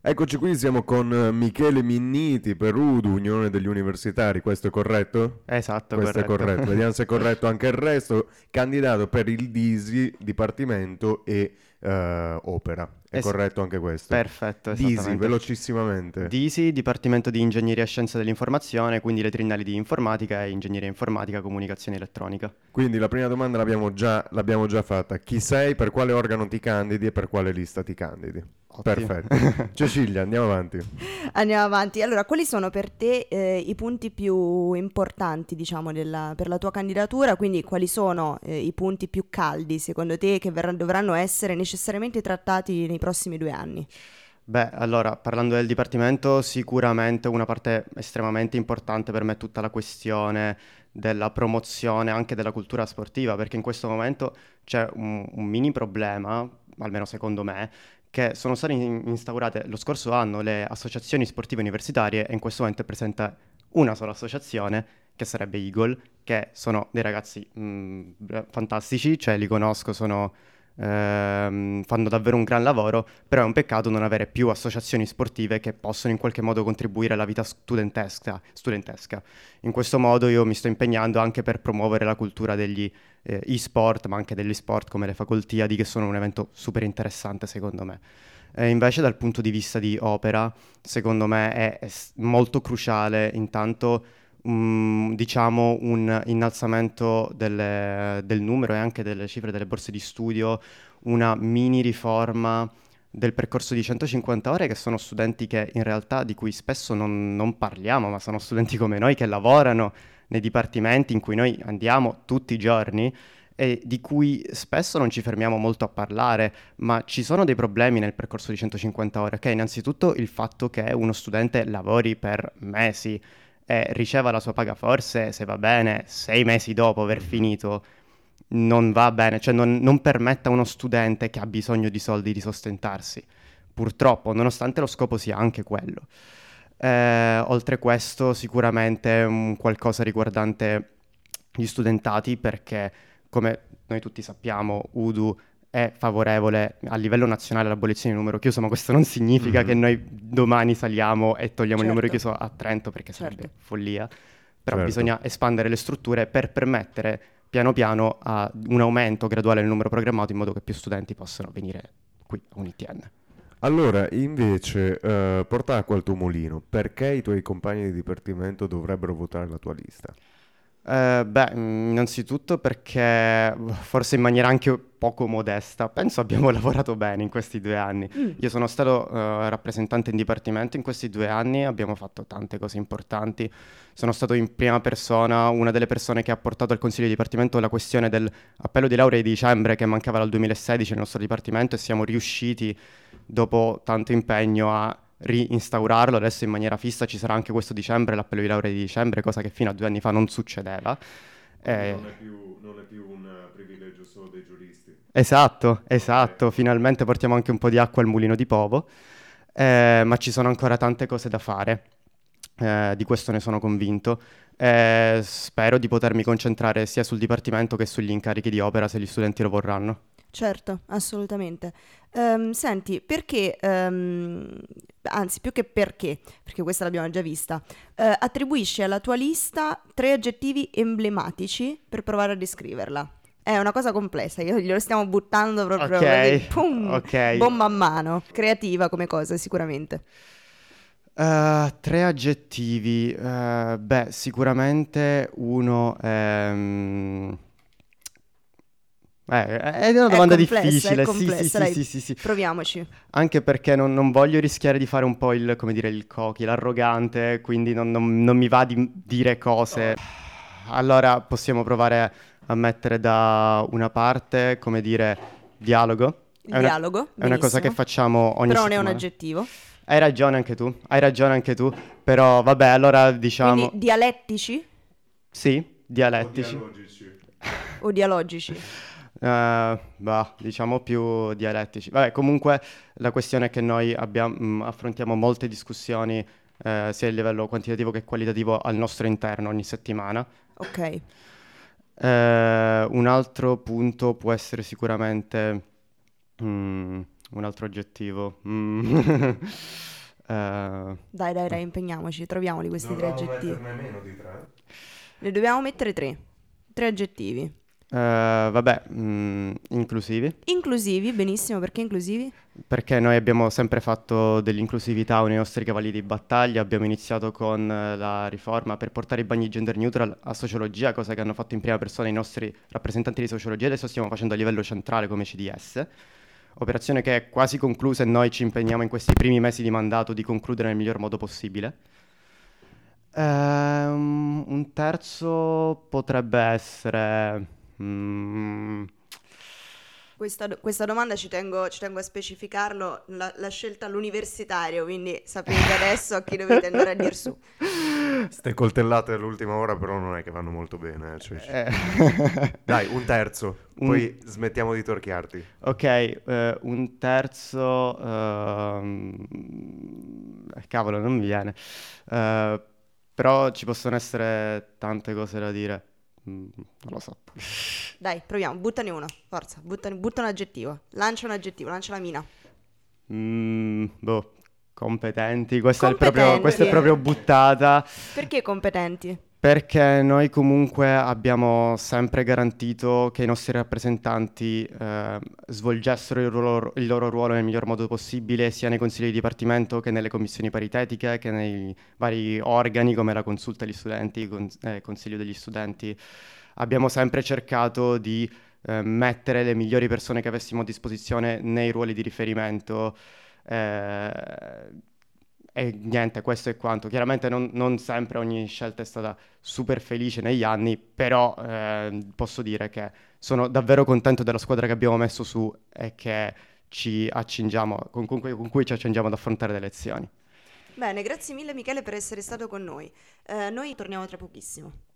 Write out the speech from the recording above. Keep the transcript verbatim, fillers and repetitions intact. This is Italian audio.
Eccoci qui, siamo con eh, Michele Minniti per U D U, Unione degli Universitari, questo è corretto? Esatto, Questo è corretto. corretto, vediamo se è corretto anche il resto. Candidato per il D I S I, Dipartimento e eh, Opera, è Es- corretto anche questo. Perfetto, D I S I, esattamente. velocissimamente. D I S I, Dipartimento di Ingegneria e Scienze dell'Informazione, quindi le triennali di Informatica e Ingegneria Informatica, Comunicazione Elettronica. Quindi la prima domanda l'abbiamo già, l'abbiamo già fatta. Chi sei, per quale organo ti candidi e per quale lista ti candidi? Ottimo. Perfetto. Cecilia, andiamo avanti. Andiamo avanti. Allora, quali sono per te eh, i punti più importanti, diciamo, della- per la tua candidatura? Quindi, quali sono eh, i punti più caldi, secondo te, che verranno- dovranno essere necessariamente trattati nei prossimi due anni? Beh, allora, parlando del Dipartimento, sicuramente una parte estremamente importante per me è tutta la questione della promozione anche della cultura sportiva, perché in questo momento c'è un, un mini problema, almeno secondo me, che sono state in- instaurate lo scorso anno le associazioni sportive universitarie e in questo momento è presente una sola associazione, che sarebbe Eagle, che sono dei ragazzi mh, bra- fantastici, cioè li conosco, sono, ehm, fanno davvero un gran lavoro, però è un peccato non avere più associazioni sportive che possono in qualche modo contribuire alla vita studentesca. studentesca. In questo modo io mi sto impegnando anche per promuovere la cultura degli eh, e-sport, ma anche degli sport come le facoltiadi, che sono un evento super interessante secondo me. E invece dal punto di vista di opera, secondo me è, è s- molto cruciale intanto mm, diciamo un innalzamento delle- del numero e anche delle cifre delle borse di studio, una mini riforma del percorso di centocinquanta ore, che sono studenti che in realtà di cui spesso non, non parliamo, ma sono studenti come noi che lavorano nei dipartimenti in cui noi andiamo tutti i giorni e di cui spesso non ci fermiamo molto a parlare, ma ci sono dei problemi nel percorso di centocinquanta ore, che è innanzitutto il fatto che uno studente lavori per mesi e riceva la sua paga forse, se va bene, sei mesi dopo aver Mhm. finito, non va bene, cioè non, non permette a uno studente che ha bisogno di soldi di sostentarsi, purtroppo, nonostante lo scopo sia anche quello. Eh, oltre questo, sicuramente un qualcosa riguardante gli studentati, perché come noi tutti sappiamo, U D U è favorevole a livello nazionale all'abolizione del numero chiuso, ma questo non significa che Mhm. noi domani saliamo e togliamo il numero Certo, chiuso a Trento, perché certo. sarebbe follia. Però Certo. bisogna espandere le strutture per permettere piano piano a un aumento graduale del numero programmato in modo che più studenti possano venire qui a un I T N. Allora, invece, eh, porta acqua al tuo mulino. Perché i tuoi compagni di dipartimento dovrebbero votare la tua lista? Eh, beh, mh, innanzitutto perché uff, forse in maniera anche poco modesta, penso abbiamo lavorato bene in questi due anni. Mm, Io sono stato eh, rappresentante in dipartimento in questi due anni, abbiamo fatto tante cose importanti. Sono stato in prima persona una delle persone che ha portato al Consiglio di Dipartimento la questione dell'appello di laurea di dicembre che mancava dal duemilasedici nel nostro dipartimento e siamo riusciti, dopo tanto impegno, a reinstaurarlo. Adesso in maniera fissa ci sarà anche questo dicembre l'appello di laurea di dicembre, cosa che fino a due anni fa non succedeva. Quindi Eh, non è più, non è più un eh, privilegio solo dei giuristi. esatto, Ok. esatto, finalmente portiamo anche un po' di acqua al mulino di Povo, eh, ma ci sono ancora tante cose da fare, eh, di questo ne sono convinto. Eh, spero di potermi concentrare sia sul dipartimento che sugli incarichi di opera se gli studenti lo vorranno. certo, assolutamente. Ehm, senti, perché, ehm, anzi, più che perché, perché questa l'abbiamo già vista, eh, attribuisci alla tua lista tre aggettivi emblematici per provare a descriverla. È una cosa complessa, io glielo stiamo buttando Ok, proprio così, pum, ok. bomba a mano. Creativa come cosa, sicuramente. Eh, tre aggettivi. Eh, beh, sicuramente uno è... mm, eh, è una È domanda complessa, è difficile, sì, sì, complessa, sì, dai, sì, sì, sì. proviamoci. Anche perché non, non voglio rischiare di fare un po' il, come dire, il cocky, l'arrogante, quindi non, non- non mi va di dire cose. Allora possiamo provare a mettere da una parte, come dire, dialogo. È Il una, dialogo, è una cosa che benissimo. facciamo ogni Però non è un settimana. aggettivo. Hai ragione anche tu, hai ragione anche tu, però vabbè, allora Quindi diciamo dialettici sì, O dialettici. dialogici. o dialogici? Eh, bah, diciamo più dialettici. Vabbè, comunque la questione è che noi abbiamo, mh, affrontiamo molte discussioni eh, sia a livello quantitativo che qualitativo al nostro interno ogni settimana. Ok. Eh, un altro punto può essere sicuramente mm, un altro aggettivo. Mm. Eh, Dai, dai, dai, impegniamoci, troviamoli questi tre Dovevamo aggettivi. metterne meno di tre? Ne dobbiamo mettere tre. Tre aggettivi. eh, vabbè, mm, inclusivi, Inclusivi, benissimo, perché inclusivi? perché noi abbiamo sempre fatto dell'inclusività uno dei nostri cavalli di battaglia. Abbiamo iniziato con eh, la riforma per portare i bagni gender neutral a sociologia, cosa che hanno fatto in prima persona i nostri rappresentanti di sociologia. Adesso stiamo facendo a livello centrale come C D S. Operazione che è quasi conclusa e noi ci impegniamo in questi primi mesi di mandato di concludere nel miglior modo possibile. Ehm, un terzo potrebbe essere... mm, Questa, do- questa domanda ci tengo, ci tengo a specificarlo, la, la scelta all'universitario, quindi sapete adesso a chi dovete andare a dir su. Ste coltellate dell'ultima ora però non è che vanno molto bene. eh, cioè- eh, Dai, un terzo, Un- poi smettiamo di torchiarti. Ok, eh, un terzo... ehm, eh, cavolo, non mi viene. Eh, però ci possono essere tante cose da dire. Mm, non lo so. Dai, proviamo, buttane uno, forza, buttane- butta un aggettivo, lancia un aggettivo, lancia la mina. Mm, boh, competenti. Questa è, proprio, Competenti. questa è proprio buttata. Perché competenti? Perché noi comunque abbiamo sempre garantito che i nostri rappresentanti eh, svolgessero il loro, il loro ruolo nel miglior modo possibile, sia nei consigli di dipartimento che nelle commissioni paritetiche, che nei vari organi come la consulta degli studenti, il con- eh, consiglio degli studenti. Abbiamo sempre cercato di eh, mettere le migliori persone che avessimo a disposizione nei ruoli di riferimento. eh, e niente, questo è quanto. Chiaramente non, non sempre ogni scelta è stata super felice negli anni, però eh, posso dire che sono davvero contento della squadra che abbiamo messo su e che ci accingiamo, con, con cui, con cui ci accingiamo ad affrontare le elezioni. Bene, grazie mille Michele per essere stato con noi. Eh, noi torniamo tra pochissimo.